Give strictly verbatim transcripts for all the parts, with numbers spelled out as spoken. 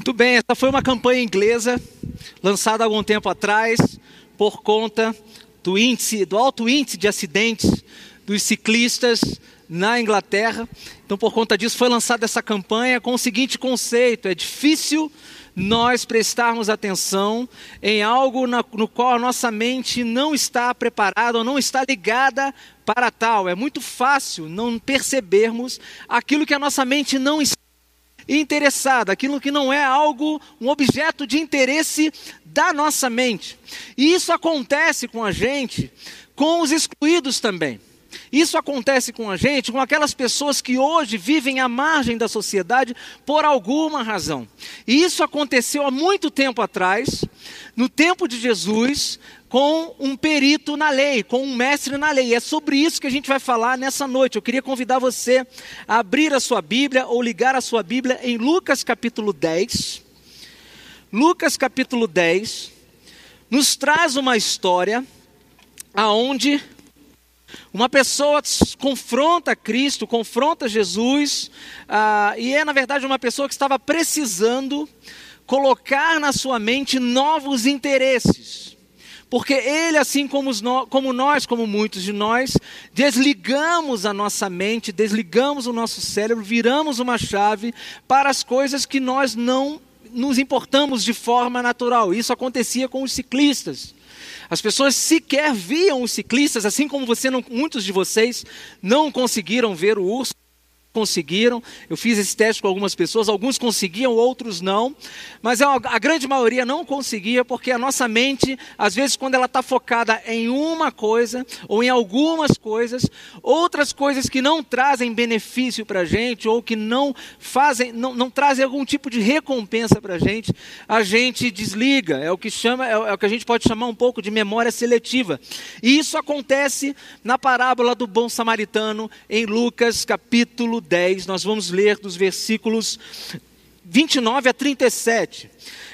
Muito bem, essa foi uma campanha inglesa, lançada há algum tempo atrás, por conta do índice, do alto índice de acidentes dos ciclistas na Inglaterra. Então, por conta disso, foi lançada essa campanha com o seguinte conceito: é difícil nós prestarmos atenção em algo na, no qual a nossa mente não está preparada ou não está ligada para tal. É muito fácil não percebermos aquilo que a nossa mente não está interessada, aquilo que não é algo, um objeto de interesse da nossa mente. E isso acontece com a gente, com os excluídos também. Isso acontece com a gente, com aquelas pessoas que hoje vivem à margem da sociedade por alguma razão. E isso aconteceu há muito tempo atrás, no tempo de Jesus, com um perito na lei, com um mestre na lei. E é sobre isso que a gente vai falar nessa noite. Eu queria convidar você a abrir a sua Bíblia ou ligar a sua Bíblia em Lucas capítulo dez. Lucas capítulo dez nos traz uma história aonde uma pessoa confronta Cristo, confronta Jesus, ah, e é na verdade uma pessoa que estava precisando colocar na sua mente novos interesses. Porque ele, assim como, os no, como nós, como muitos de nós, desligamos a nossa mente, desligamos o nosso cérebro, viramos uma chave para as coisas que nós não nos importamos de forma natural. Isso acontecia com os ciclistas. As pessoas sequer viam os ciclistas, assim como você não, muitos de vocês não conseguiram ver o urso. Conseguiram, eu fiz esse teste com algumas pessoas, alguns conseguiam, outros não, mas a, a grande maioria não conseguia, porque a nossa mente, às vezes quando ela está focada em uma coisa, ou em algumas coisas, outras coisas que não trazem benefício para a gente, ou que não fazem, não, não trazem algum tipo de recompensa para a gente, a gente desliga, é o que chama, é, é o que a gente pode chamar um pouco de memória seletiva. E isso acontece na parábola do bom samaritano, em Lucas capítulo dez, nós vamos ler dos versículos vinte e nove a trinta e sete.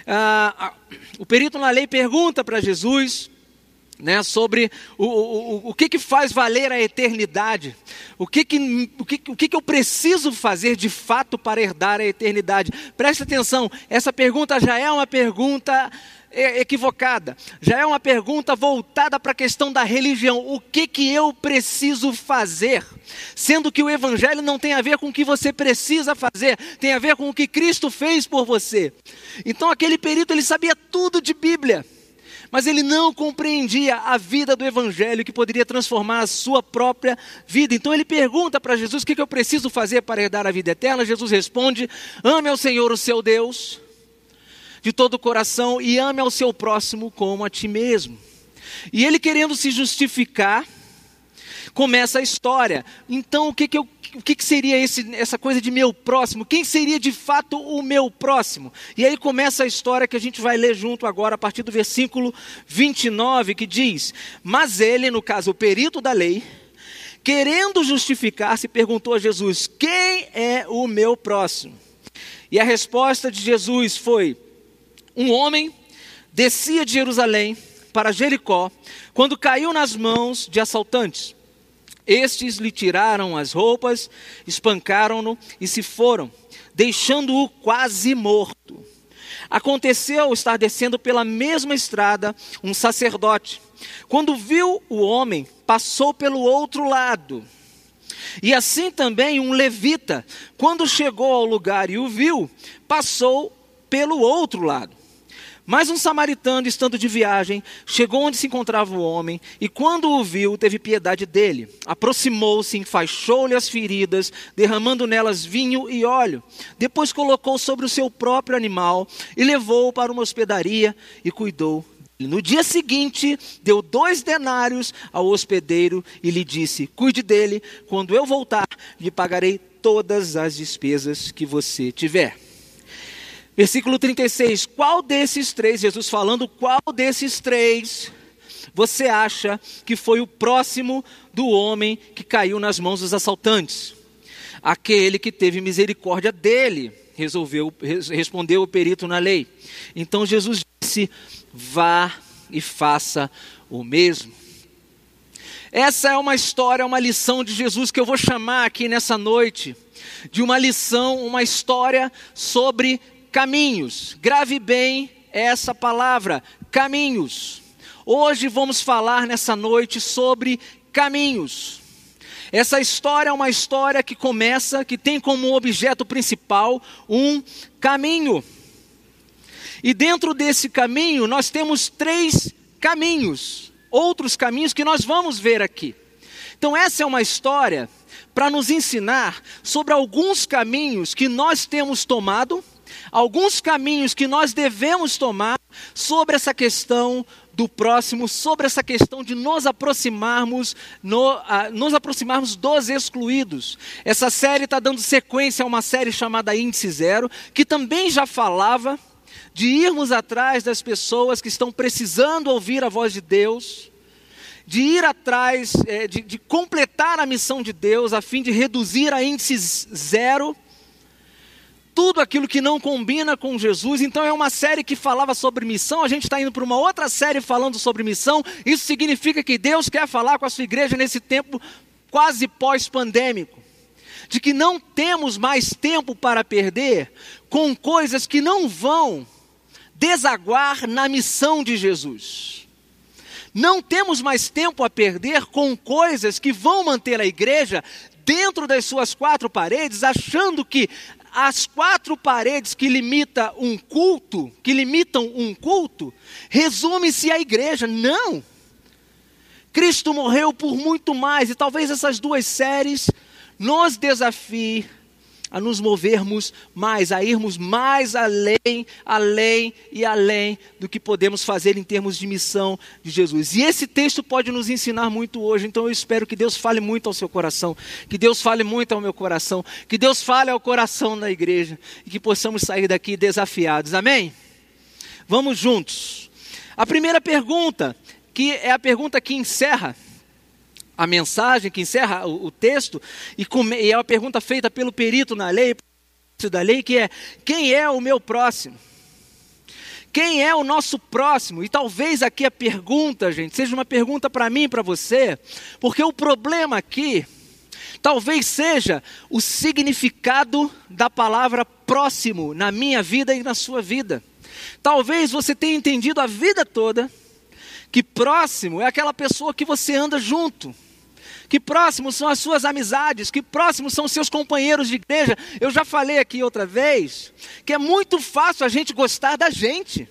Ah, o perito na lei pergunta para Jesus, né, sobre o, o, o que, que faz valer a eternidade, o, que, que, o, que, o que, que eu preciso fazer de fato para herdar a eternidade. Preste atenção, essa pergunta já é uma pergunta equivocada, já é uma pergunta voltada para a questão da religião. O que que eu preciso fazer? Sendo que o evangelho não tem a ver com o que você precisa fazer, tem a ver com o que Cristo fez por você. Então aquele perito, ele sabia tudo de Bíblia, mas ele não compreendia a vida do evangelho que poderia transformar a sua própria vida. Então ele pergunta para Jesus: o que que eu preciso fazer para herdar a vida eterna? Jesus responde: ame ao Senhor o seu Deus de todo o coração e ame ao seu próximo como a ti mesmo. E ele, querendo se justificar, começa a história. Então o que, que, eu, o que, que seria esse, essa coisa de meu próximo? Quem seria de fato o meu próximo? E aí começa a história que a gente vai ler junto agora, a partir do versículo vinte e nove, que diz: mas ele, no caso o perito da lei, querendo justificar-se, perguntou a Jesus: quem é o meu próximo? E a resposta de Jesus foi: um homem descia de Jerusalém para Jericó, quando caiu nas mãos de assaltantes. Estes lhe tiraram as roupas, espancaram-no e se foram, deixando-o quase morto. Aconteceu estar descendo pela mesma estrada um sacerdote. Quando viu o homem, passou pelo outro lado. E assim também um levita, quando chegou ao lugar e o viu, passou pelo outro lado. Mas um samaritano, estando de viagem, chegou onde se encontrava o homem, e quando o viu, teve piedade dele. Aproximou-se, enfaixou-lhe as feridas, derramando nelas vinho e óleo. Depois colocou sobre o seu próprio animal, e levou-o para uma hospedaria, e cuidou dele. No dia seguinte, deu dois denários ao hospedeiro, e lhe disse: cuide dele, quando eu voltar, lhe pagarei todas as despesas que você tiver. Versículo trinta e seis, qual desses três, Jesus falando, qual desses três você acha que foi o próximo do homem que caiu nas mãos dos assaltantes? Aquele que teve misericórdia dele, resolveu, respondeu o perito na lei. Então Jesus disse: vá e faça o mesmo. Essa é uma história, uma lição de Jesus que eu vou chamar aqui nessa noite de uma lição, uma história sobre caminhos. Grave bem essa palavra, caminhos. Hoje vamos falar nessa noite sobre caminhos. Essa história é uma história que começa, que tem como objeto principal um caminho. E dentro desse caminho nós temos três caminhos, outros caminhos que nós vamos ver aqui. Então essa é uma história para nos ensinar sobre alguns caminhos que nós temos tomado, alguns caminhos que nós devemos tomar sobre essa questão do próximo, sobre essa questão de nos aproximarmos, no, a, nos aproximarmos dos excluídos. Essa série está dando sequência a uma série chamada Índice Zero, que também já falava de irmos atrás das pessoas que estão precisando ouvir a voz de Deus, de ir atrás, é, de, de completar a missão de Deus, a fim de reduzir a índice zero, tudo aquilo que não combina com Jesus. Então é uma série que falava sobre missão, a gente está indo para uma outra série falando sobre missão. Isso significa que Deus quer falar com a sua igreja nesse tempo quase pós-pandêmico, de que não temos mais tempo para perder com coisas que não vão desaguar na missão de Jesus. Não temos mais tempo a perder com coisas que vão manter a igreja dentro das suas quatro paredes, achando que as quatro paredes que limitam um culto, que limitam um culto, resume-se à igreja. Não! Cristo morreu por muito mais, e talvez essas duas séries nos desafiem a nos movermos mais, a irmos mais além, além e além do que podemos fazer em termos de missão de Jesus. E esse texto pode nos ensinar muito hoje, então eu espero que Deus fale muito ao seu coração, que Deus fale muito ao meu coração, que Deus fale ao coração da igreja, e que possamos sair daqui desafiados, amém? Vamos juntos. A primeira pergunta, que é a pergunta que encerra a mensagem, que encerra o, o texto, e, come, e é uma pergunta feita pelo perito na lei, da lei, que é: quem é o meu próximo? Quem é o nosso próximo? E talvez aqui a pergunta, gente, seja uma pergunta para mim e para você, porque o problema aqui, talvez seja o significado da palavra próximo na minha vida e na sua vida. Talvez você tenha entendido a vida toda que próximo é aquela pessoa que você anda junto, que próximos são as suas amizades, que próximos são os seus companheiros de igreja. Eu já falei aqui outra vez, que é muito fácil a gente gostar da gente.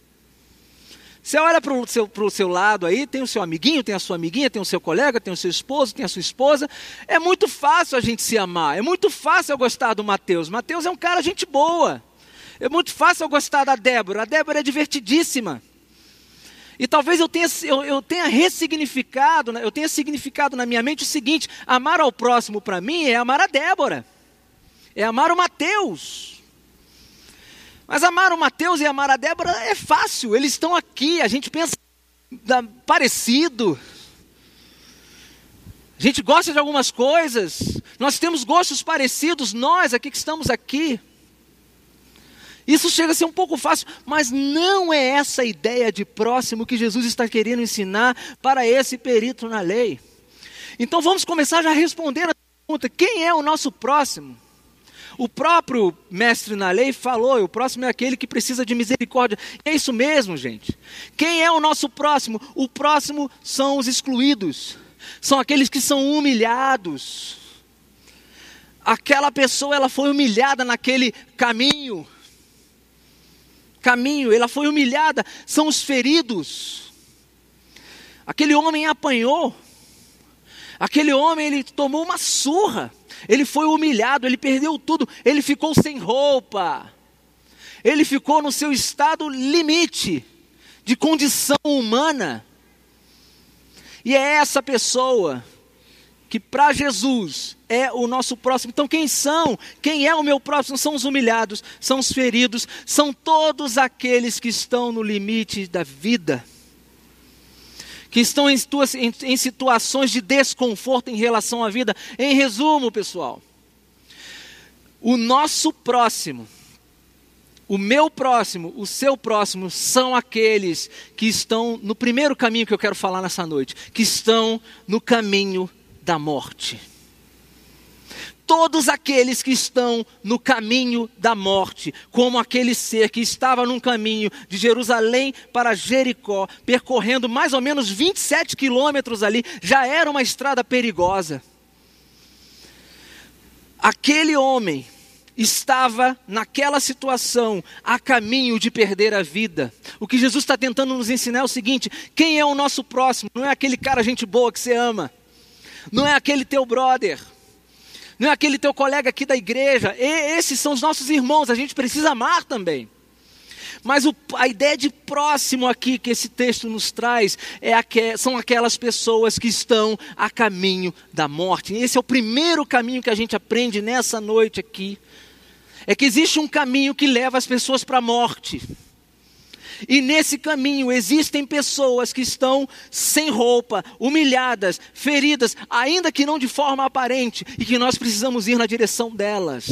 Você olha para o seu, pro seu lado aí, tem o seu amiguinho, tem a sua amiguinha, tem o seu colega, tem o seu esposo, tem a sua esposa. É muito fácil a gente se amar, é muito fácil eu gostar do Mateus. Mateus é um cara gente boa. É muito fácil eu gostar da Débora, a Débora é divertidíssima. E talvez eu tenha, eu, eu tenha ressignificado, eu tenha significado na minha mente o seguinte: amar ao próximo para mim é amar a Débora, é amar o Mateus. Mas amar o Mateus e amar a Débora é fácil, eles estão aqui, a gente pensa da, parecido, a gente gosta de algumas coisas, nós temos gostos parecidos, nós aqui que estamos aqui. Isso chega a ser um pouco fácil, mas não é essa ideia de próximo que Jesus está querendo ensinar para esse perito na lei. Então vamos começar já respondendo a pergunta: quem é o nosso próximo? O próprio mestre na lei falou, o próximo é aquele que precisa de misericórdia. E é isso mesmo, gente. Quem é o nosso próximo? O próximo são os excluídos, são aqueles que são humilhados. Aquela pessoa, ela foi humilhada naquele caminho. caminho, ela foi humilhada, são os feridos. Aquele homem apanhou, aquele homem ele tomou uma surra, ele foi humilhado, ele perdeu tudo, ele ficou sem roupa, ele ficou no seu estado limite de condição humana. E é essa pessoa que para Jesus é o nosso próximo. Então quem são? Quem é o meu próximo? São os humilhados, são os feridos, são todos aqueles que estão no limite da vida, que estão em, em, em situações de desconforto em relação à vida. Em resumo, pessoal, o nosso próximo, o meu próximo, o seu próximo, são aqueles que estão no primeiro caminho que eu quero falar nessa noite, que estão no caminho da morte. todos aqueles que estão no caminho da morte, como aquele ser que estava num caminho de Jerusalém para Jericó, percorrendo mais ou menos vinte e sete quilômetros ali, já era uma estrada perigosa. Aquele homem estava naquela situação, a caminho de perder a vida. O que Jesus está tentando nos ensinar é o seguinte: quem é o nosso próximo? Não é aquele cara gente boa que você ama, não é aquele teu brother, não é aquele teu colega aqui da igreja. E esses são os nossos irmãos, a gente precisa amar também. Mas o, a ideia de próximo aqui que esse texto nos traz é aqu, são aquelas pessoas que estão a caminho da morte. Esse é o primeiro caminho que a gente aprende nessa noite aqui. É que existe um caminho que leva as pessoas para a morte. E nesse caminho existem pessoas que estão sem roupa, humilhadas, feridas, ainda que não de forma aparente, e que nós precisamos ir na direção delas.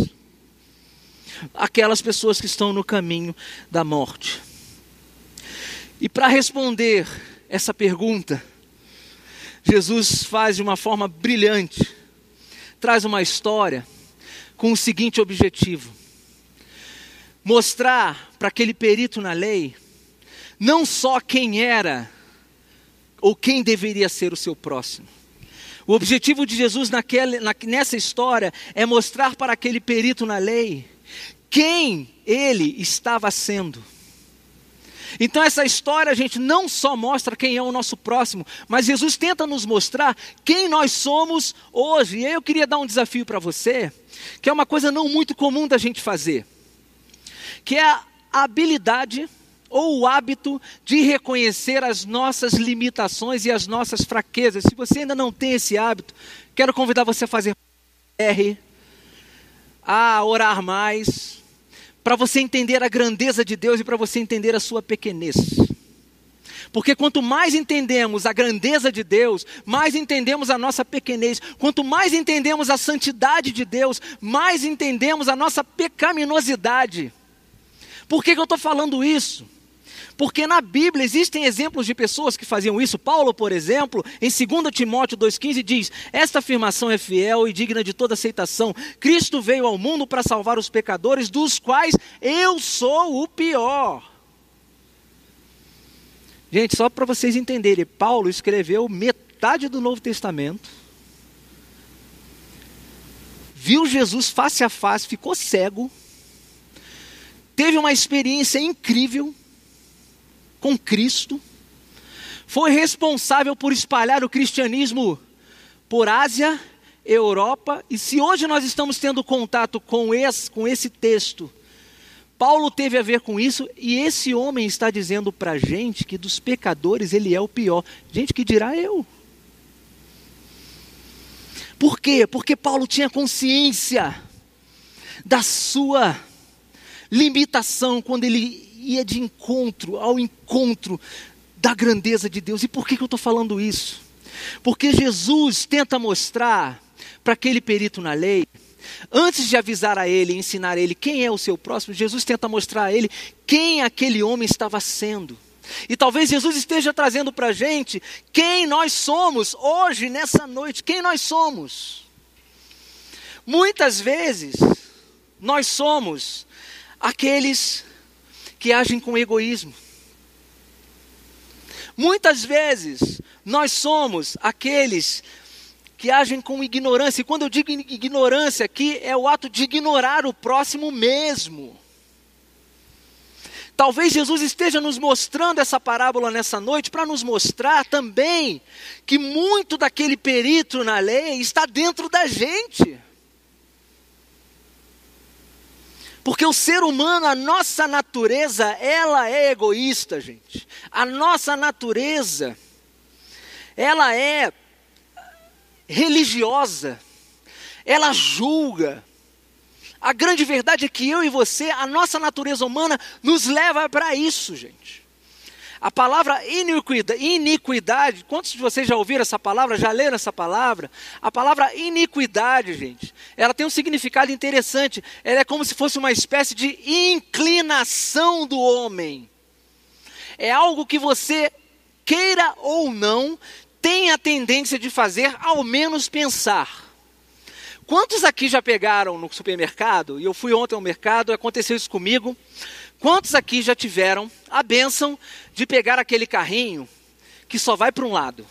Aquelas pessoas que estão no caminho da morte. E para responder essa pergunta, Jesus faz de uma forma brilhante, traz uma história com o seguinte objetivo: mostrar para aquele perito na lei, não só quem era, ou quem deveria ser o seu próximo. O objetivo de Jesus naquela, na, nessa história é mostrar para aquele perito na lei quem ele estava sendo. Então essa história, gente, não só mostra quem é o nosso próximo, mas Jesus tenta nos mostrar quem nós somos hoje. E aí eu queria dar um desafio para você, que é uma coisa não muito comum da gente fazer, que é a habilidade ou o hábito de reconhecer as nossas limitações e as nossas fraquezas. Se você ainda não tem esse hábito, quero convidar você a fazer R, a orar mais, para você entender a grandeza de Deus e para você entender a sua pequenez. Porque quanto mais entendemos a grandeza de Deus, mais entendemos a nossa pequenez. Quanto mais entendemos a santidade de Deus, mais entendemos a nossa pecaminosidade. Por que que eu estou falando isso? Porque na Bíblia existem exemplos de pessoas que faziam isso. Paulo, por exemplo, em dois Timóteo dois quinze diz: esta afirmação é fiel e digna de toda aceitação. Cristo veio ao mundo para salvar os pecadores, dos quais eu sou o pior. Gente, só para vocês entenderem, Paulo escreveu metade do Novo Testamento, viu Jesus face a face, ficou cego, teve uma experiência incrível com Cristo, foi responsável por espalhar o cristianismo por Ásia, Europa, e se hoje nós estamos tendo contato com esse, com esse texto, Paulo teve a ver com isso, e esse homem está dizendo para a gente que dos pecadores ele é o pior. Gente, que dirá eu? Por quê? Porque Paulo tinha consciência da sua limitação quando ele ia de encontro ao encontro da grandeza de Deus. E por que que eu estou falando isso? Porque Jesus tenta mostrar para aquele perito na lei, antes de avisar a ele, ensinar a ele quem é o seu próximo, Jesus tenta mostrar a ele quem aquele homem estava sendo. E talvez Jesus esteja trazendo para a gente quem nós somos hoje, nessa noite, quem nós somos. Muitas vezes, nós somos aqueles que agem com egoísmo. Muitas vezes, nós somos aqueles que agem com ignorância. E quando eu digo ignorância aqui, é o ato de ignorar o próximo mesmo. Talvez Jesus esteja nos mostrando essa parábola nessa noite para nos mostrar também que muito daquele perito na lei está dentro da gente. Porque o ser humano, a nossa natureza, ela é egoísta, gente. A nossa natureza, ela é religiosa, ela julga. A grande verdade é que eu e você, a nossa natureza humana nos leva para isso, gente. A palavra iniquidade, iniquidade, quantos de vocês já ouviram essa palavra, já leram essa palavra? A palavra iniquidade, gente, ela tem um significado interessante. Ela é como se fosse uma espécie de inclinação do homem. É algo que você, queira ou não, tem a tendência de fazer, ao menos pensar. Quantos aqui já pegaram no supermercado, e eu fui ontem ao mercado, aconteceu isso comigo, quantos aqui já tiveram a bênção de pegar aquele carrinho que só vai para um lado?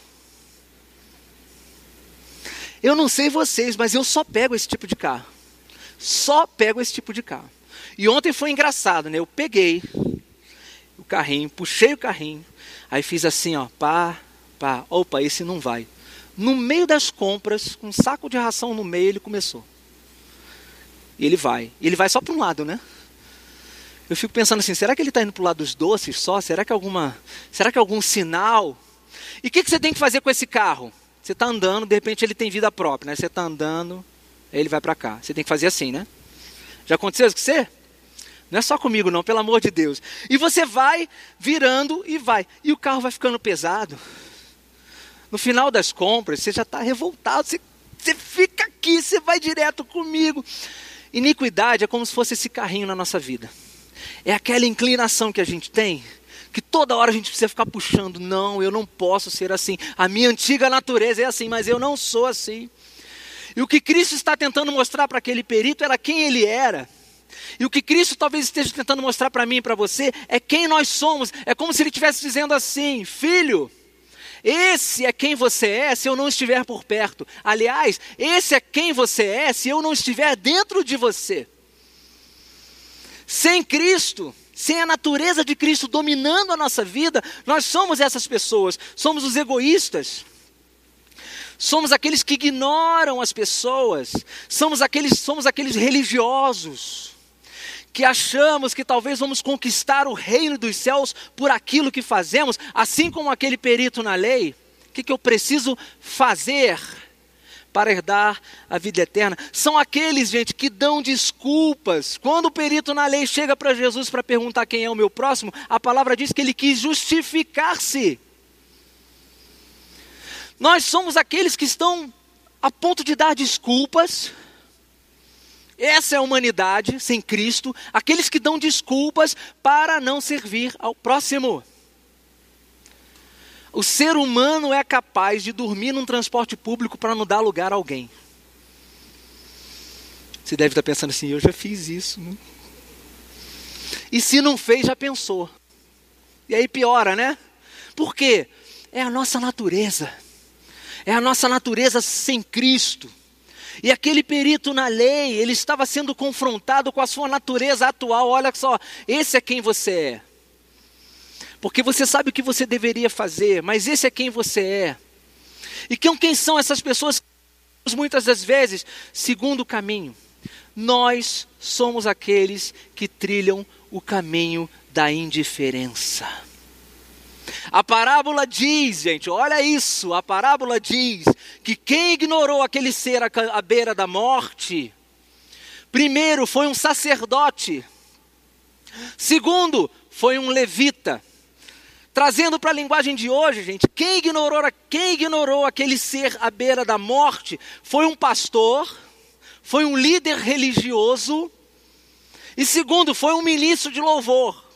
Eu não sei vocês, mas eu só pego esse tipo de carro. Só pego esse tipo de carro. E ontem foi engraçado, né? Eu peguei o carrinho, puxei o carrinho, aí fiz assim, ó, pá, pá, opa, esse não vai. No meio das compras, com um saco de ração no meio, ele começou. E ele vai. E ele vai só para um lado, né? Eu fico pensando assim, será que ele está indo para o lado dos doces só? Será que alguma, será que algum sinal? E o que, que você tem que fazer com esse carro? Você está andando, de repente ele tem vida própria, né? Você está andando, aí ele vai para cá. Você tem que fazer assim, né? Já aconteceu isso com você? Não é só comigo não, pelo amor de Deus. E você vai virando e vai. E o carro vai ficando pesado. No final das compras, você já está revoltado. Você, você fica aqui, você vai direto comigo. Iniquidade é como se fosse esse carrinho na nossa vida. É aquela inclinação que a gente tem, que toda hora a gente precisa ficar puxando. Não, eu não posso ser assim. A minha antiga natureza é assim, mas eu não sou assim. E o que Cristo está tentando mostrar para aquele perito era quem ele era. E o que Cristo talvez esteja tentando mostrar para mim e para você é quem nós somos. É como se ele estivesse dizendo assim, filho, esse é quem você é se eu não estiver por perto. Aliás, esse é quem você é se eu não estiver dentro de você. Sem Cristo, sem a natureza de Cristo dominando a nossa vida, nós somos essas pessoas, somos os egoístas. Somos aqueles que ignoram as pessoas, somos aqueles, somos aqueles religiosos, que achamos que talvez vamos conquistar o reino dos céus por aquilo que fazemos, assim como aquele perito na lei. O que, que eu preciso fazer para herdar a vida eterna? São aqueles, gente, que dão desculpas. Quando o perito na lei chega para Jesus para perguntar quem é o meu próximo, a palavra diz que ele quis justificar-se. Nós somos aqueles que estão a ponto de dar desculpas. Essa é a humanidade sem Cristo, aqueles que dão desculpas para não servir ao próximo. O ser humano é capaz de dormir num transporte público para não dar lugar a alguém. Você deve estar pensando assim, eu já fiz isso, né? E se não fez, já pensou. E aí piora, né? Por quê? É a nossa natureza. É a nossa natureza sem Cristo. E aquele perito na lei, ele estava sendo confrontado com a sua natureza atual. Olha só, esse é quem você é. Porque você sabe o que você deveria fazer, mas esse é quem você é. E quem, quem são essas pessoas? Muitas das vezes, segundo o caminho. Nós somos aqueles que trilham o caminho da indiferença. A parábola diz, gente, olha isso, a parábola diz que quem ignorou aquele ser à beira da morte, primeiro foi um sacerdote, segundo foi um levita. Trazendo para a linguagem de hoje, gente, quem ignorou, quem ignorou aquele ser à beira da morte foi um pastor, foi um líder religioso e segundo foi um ministro de louvor.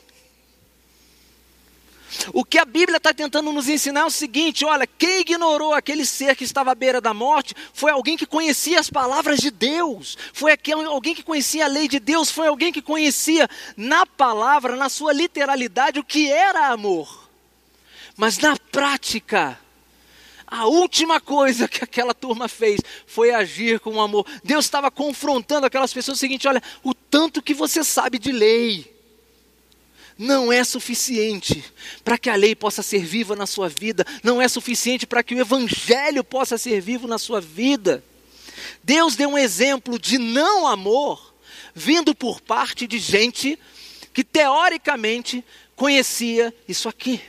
O que a Bíblia está tentando nos ensinar é o seguinte, olha, quem ignorou aquele ser que estava à beira da morte foi alguém que conhecia as palavras de Deus, foi aquele, alguém que conhecia a lei de Deus, foi alguém que conhecia na palavra, na sua literalidade, o que era amor. Mas na prática, a última coisa que aquela turma fez foi agir com amor. Deus estava confrontando aquelas pessoas o seguinte, olha, o tanto que você sabe de lei não é suficiente para que a lei possa ser viva na sua vida. Não é suficiente para que o evangelho possa ser vivo na sua vida. Deus deu um exemplo de não amor, vindo por parte de gente que teoricamente conhecia isso aqui.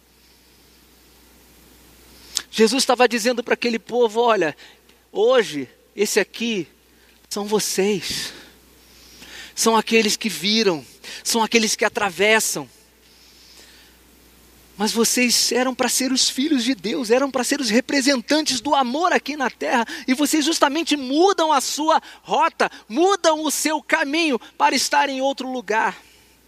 Jesus estava dizendo para aquele povo, olha, hoje, esse aqui são vocês. São aqueles que viram, são aqueles que atravessam. Mas vocês eram para ser os filhos de Deus, eram para ser os representantes do amor aqui na terra. E vocês justamente mudam a sua rota, mudam o seu caminho para estar em outro lugar.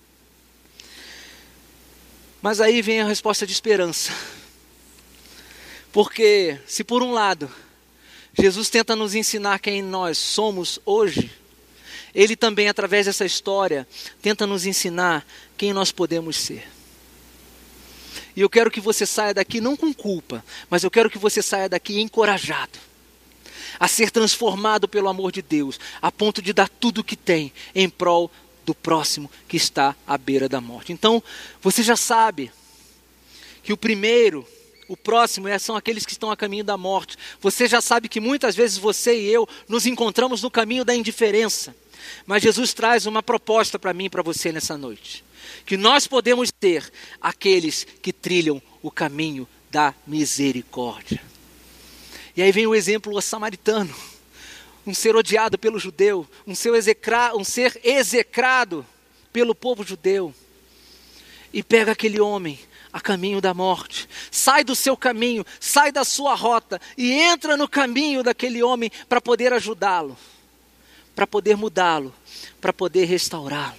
Mas aí vem a resposta de esperança. Porque se por um lado, Jesus tenta nos ensinar quem nós somos hoje. Ele também, através dessa história, tenta nos ensinar quem nós podemos ser. E eu quero que você saia daqui não com culpa, mas eu quero que você saia daqui encorajado a ser transformado pelo amor de Deus, a ponto de dar tudo o que tem em prol do próximo que está à beira da morte. Então, você já sabe que o primeiro, o próximo são aqueles que estão a caminho da morte. Você já sabe que muitas vezes você e eu nos encontramos no caminho da indiferença. Mas Jesus traz uma proposta para mim e para você nessa noite. Que nós podemos ser aqueles que trilham o caminho da misericórdia. E aí vem o exemplo samaritano. Um ser odiado pelo judeu, um ser, execra, um ser execrado pelo povo judeu. E pega aquele homem a caminho da morte. Sai do seu caminho, sai da sua rota e entra no caminho daquele homem para poder ajudá-lo, para poder mudá-lo, para poder restaurá-lo.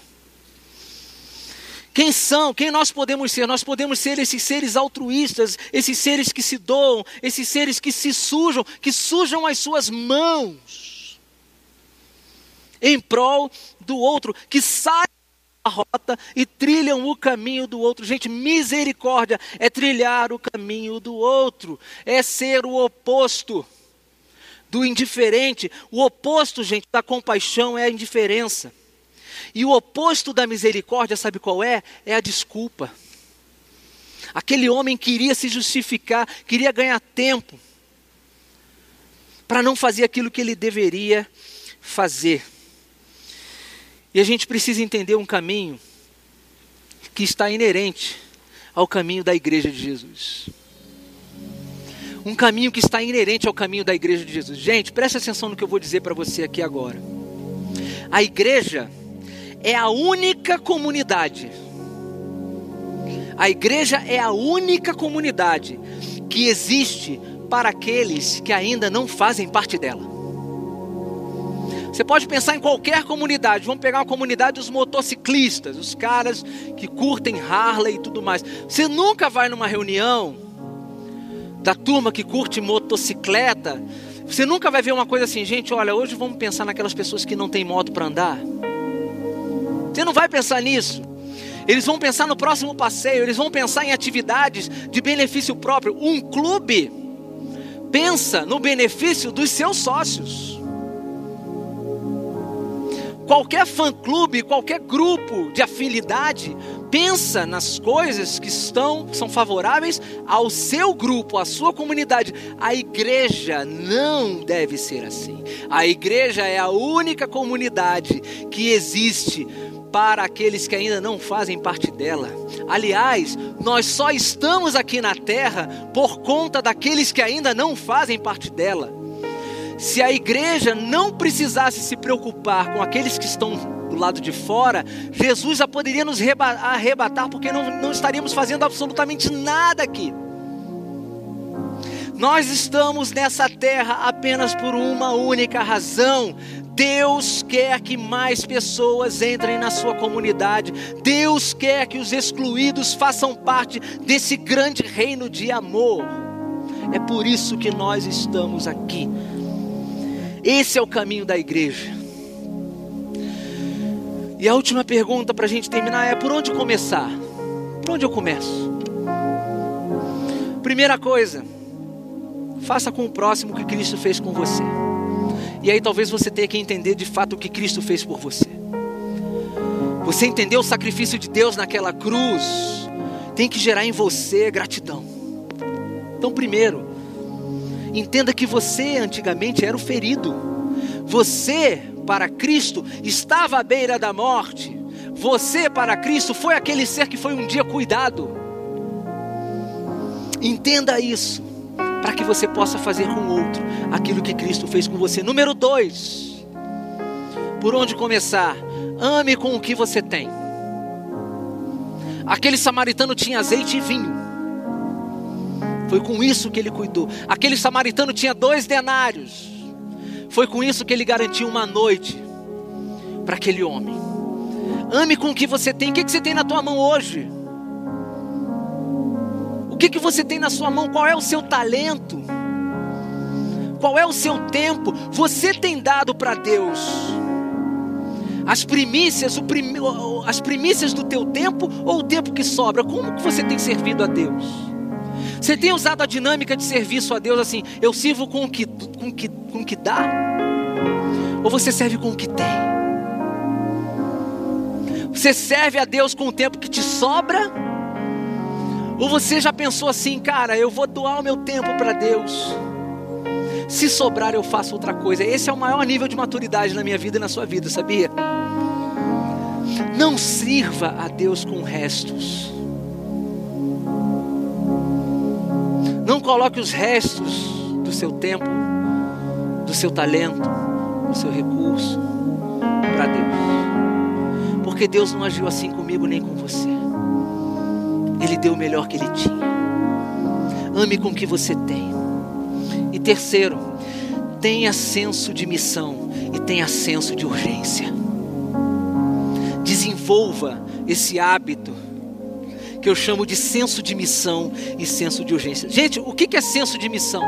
Quem são? Quem nós podemos ser? Nós podemos ser esses seres altruístas, esses seres que se doam, esses seres que se sujam, que sujam as suas mãos em prol do outro, que saem da rota e trilham o caminho do outro. Gente, misericórdia é trilhar o caminho do outro, é ser o oposto do indiferente. O oposto, gente, da compaixão é a indiferença. E o oposto da misericórdia, sabe qual é? É a desculpa. Aquele homem queria se justificar, queria ganhar tempo para não fazer aquilo que ele deveria fazer. E a gente precisa entender um caminho que está inerente ao caminho da igreja de Jesus. Um caminho que está inerente ao caminho da igreja de Jesus. Gente, preste atenção no que eu vou dizer para você aqui agora. A igreja é a única comunidade. A igreja é a única comunidade que existe para aqueles que ainda não fazem parte dela. Você pode pensar em qualquer comunidade. Vamos pegar uma comunidade dos motociclistas, os caras que curtem Harley e tudo mais. Você nunca vai numa reunião da turma que curte motocicleta. Você nunca vai ver uma coisa assim, gente, olha, hoje vamos pensar naquelas pessoas que não têm moto para andar. Você não vai pensar nisso. Eles vão pensar no próximo passeio, eles vão pensar em atividades de benefício próprio. Um clube pensa no benefício dos seus sócios. Qualquer fã-clube, qualquer grupo de afinidade pensa nas coisas que estão, que são favoráveis ao seu grupo, à sua comunidade. A igreja não deve ser assim. A igreja é a única comunidade que existe para aqueles que ainda não fazem parte dela. Aliás, nós só estamos aqui na terra por conta daqueles que ainda não fazem parte dela. Se a igreja não precisasse se preocupar com aqueles que estão do lado de fora, Jesus já poderia nos arrebatar, porque não, não estaríamos fazendo absolutamente nada aqui. Nós estamos nessa terra apenas por uma única razão. Deus quer que mais pessoas entrem na sua comunidade. Deus quer que os excluídos façam parte desse grande reino de amor. É por isso que nós estamos aqui. Esse é o caminho da igreja. E a última pergunta para a gente terminar é: por onde começar? Por onde eu começo? Primeira coisa, faça com o próximo o que Cristo fez com você. E aí talvez você tenha que entender de fato o que Cristo fez por você. Você entendeu o sacrifício de Deus naquela cruz, tem que gerar em você gratidão. Então, primeiro, entenda que você antigamente era o ferido. Você, para Cristo, estava à beira da morte. Você, para Cristo, foi aquele ser que foi um dia cuidado. Entenda isso, para que você possa fazer com o outro aquilo que Cristo fez com você. Número dois, por onde começar? Ame com o que você tem. Aquele samaritano tinha azeite e vinho. Foi com isso que ele cuidou. Aquele samaritano tinha dois denários. Foi com isso que ele garantiu uma noite para aquele homem. Ame com o que você tem. O que, que você tem na tua mão hoje? O que, que você tem na sua mão? Qual é o seu talento? Qual é o seu tempo? Você tem dado para Deus as primícias, o prim... as primícias do teu tempo ou o tempo que sobra? Como que você tem servido a Deus? Você tem usado a dinâmica de serviço a Deus assim, eu sirvo com o que, com o que, com o que dá? Ou você serve com o que tem? Você serve a Deus com o tempo que te sobra? Ou você já pensou assim, cara, eu vou doar o meu tempo para Deus, se sobrar eu faço outra coisa? Esse é o maior nível de maturidade na minha vida e na sua vida, sabia? Não sirva a Deus com restos. Não coloque os restos do seu tempo, do seu talento, do seu recurso para Deus. Porque Deus não agiu assim comigo nem com você. Ele deu o melhor que Ele tinha. Ame com o que você tem. E terceiro, tenha senso de missão e tenha senso de urgência. Desenvolva esse hábito que eu chamo de senso de missão e senso de urgência. Gente, o que é senso de missão?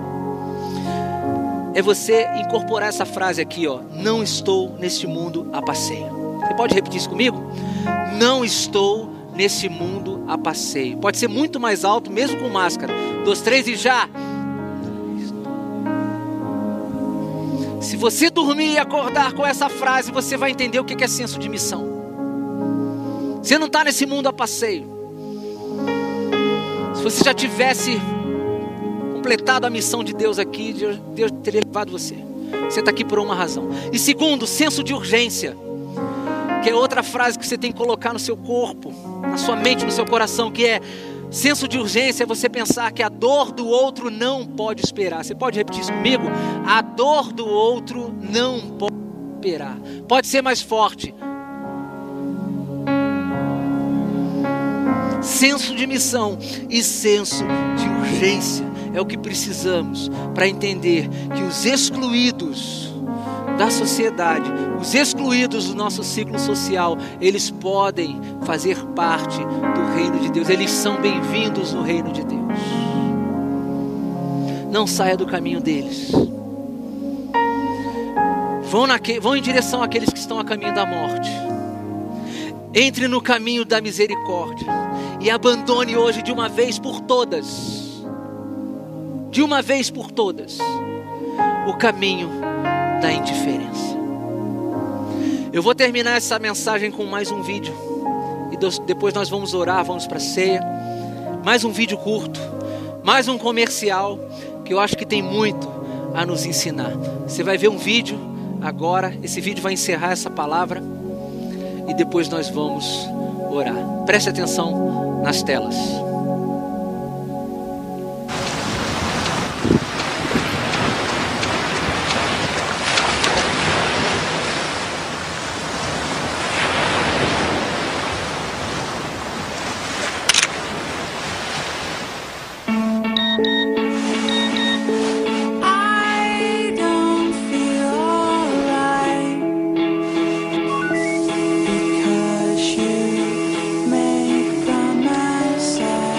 É você incorporar essa frase aqui, ó. Não estou neste mundo a passeio. Você pode repetir isso comigo? Não estou neste mundo a passeio. Pode ser muito mais alto, mesmo com máscara. Dois, três e já. Se você dormir e acordar com essa frase, você vai entender o que é senso de missão. Você não está nesse mundo a passeio. Se você já tivesse completado a missão de Deus aqui, Deus, Deus teria levado você. Você está aqui por uma razão. E segundo, senso de urgência, que é outra frase que você tem que colocar no seu corpo, na sua mente, no seu coração, que é senso de urgência é você pensar que a dor do outro não pode esperar. Você pode repetir isso comigo? A dor do outro não pode esperar. Pode ser mais forte. Senso de missão e senso de urgência é o que precisamos para entender que os excluídos da sociedade, os excluídos do nosso ciclo social, eles podem fazer parte do reino de Deus. Eles são bem-vindos no reino de Deus. Não saia do caminho deles. Vão, naque, vão em direção àqueles que estão a caminho da morte. Entre no caminho da misericórdia e abandone hoje de uma vez por todas, de uma vez por todas, o caminho da indiferença. Eu vou terminar essa mensagem com mais um vídeo e depois nós vamos orar, vamos para a ceia. Mais um vídeo curto, mais um comercial que eu acho que tem muito a nos ensinar. Você vai ver um vídeo agora, esse vídeo vai encerrar essa palavra e depois nós vamos orar. Preste atenção nas telas. Because you make promises.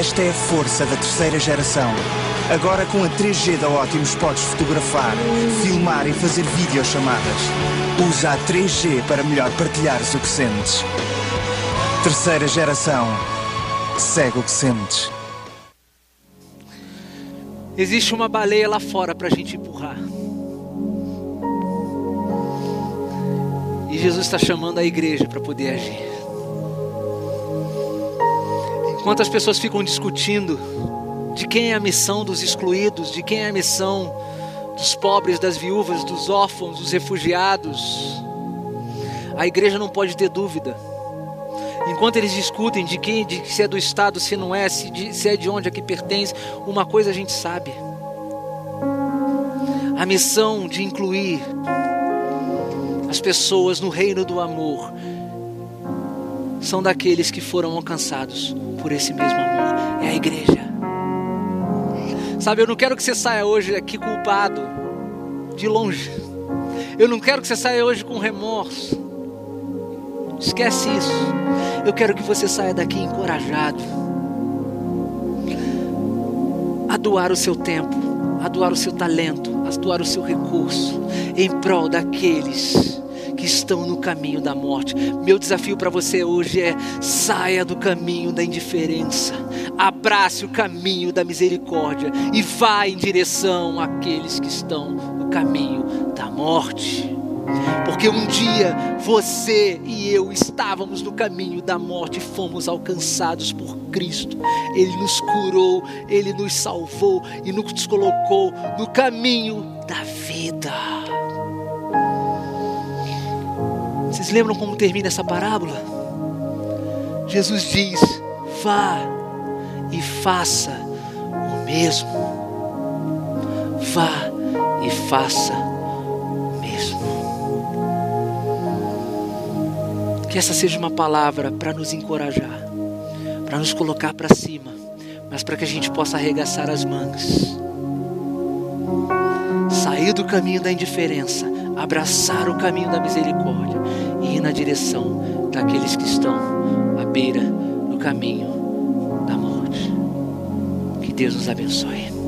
Esta é a força da terceira geração. Agora com a três G da Ótimos podes fotografar, filmar e fazer videochamadas. Usa a três G para melhor partilhares o que sentes. Terceira geração. Segue o que sentes. Existe uma baleia lá fora para a gente empurrar. E Jesus está chamando a igreja para poder agir. Enquanto as pessoas ficam discutindo de quem é a missão dos excluídos, de quem é a missão dos pobres, das viúvas, dos órfãos, dos refugiados, a igreja não pode ter dúvida. Enquanto eles discutem de quem, de se é do Estado, se não é, se, de, se é de onde é que pertence, uma coisa a gente sabe: a missão de incluir as pessoas no reino do amor são daqueles que foram alcançados por esse mesmo amor. É a igreja. Sabe, eu não quero que você saia hoje aqui culpado, de longe. Eu não quero que você saia hoje com remorso. Esquece isso. Eu quero que você saia daqui encorajado a doar o seu tempo, a doar o seu talento, a doar o seu recurso em prol daqueles que estão no caminho da morte. Meu desafio para você hoje é: saia do caminho da indiferença, abrace o caminho da misericórdia e vá em direção àqueles que estão no caminho da morte. Porque um dia você e eu estávamos no caminho da morte e fomos alcançados por Cristo. Ele nos curou, Ele nos salvou e nos colocou no caminho da vida. Vocês lembram como termina essa parábola? Jesus diz: vá e faça o mesmo. Vá e faça o mesmo. Que essa seja uma palavra para nos encorajar, para nos colocar para cima, mas para que a gente possa arregaçar as mangas, sair do caminho da indiferença, abraçar o caminho da misericórdia e ir na direção daqueles que estão à beira do caminho da morte. Que Deus nos abençoe.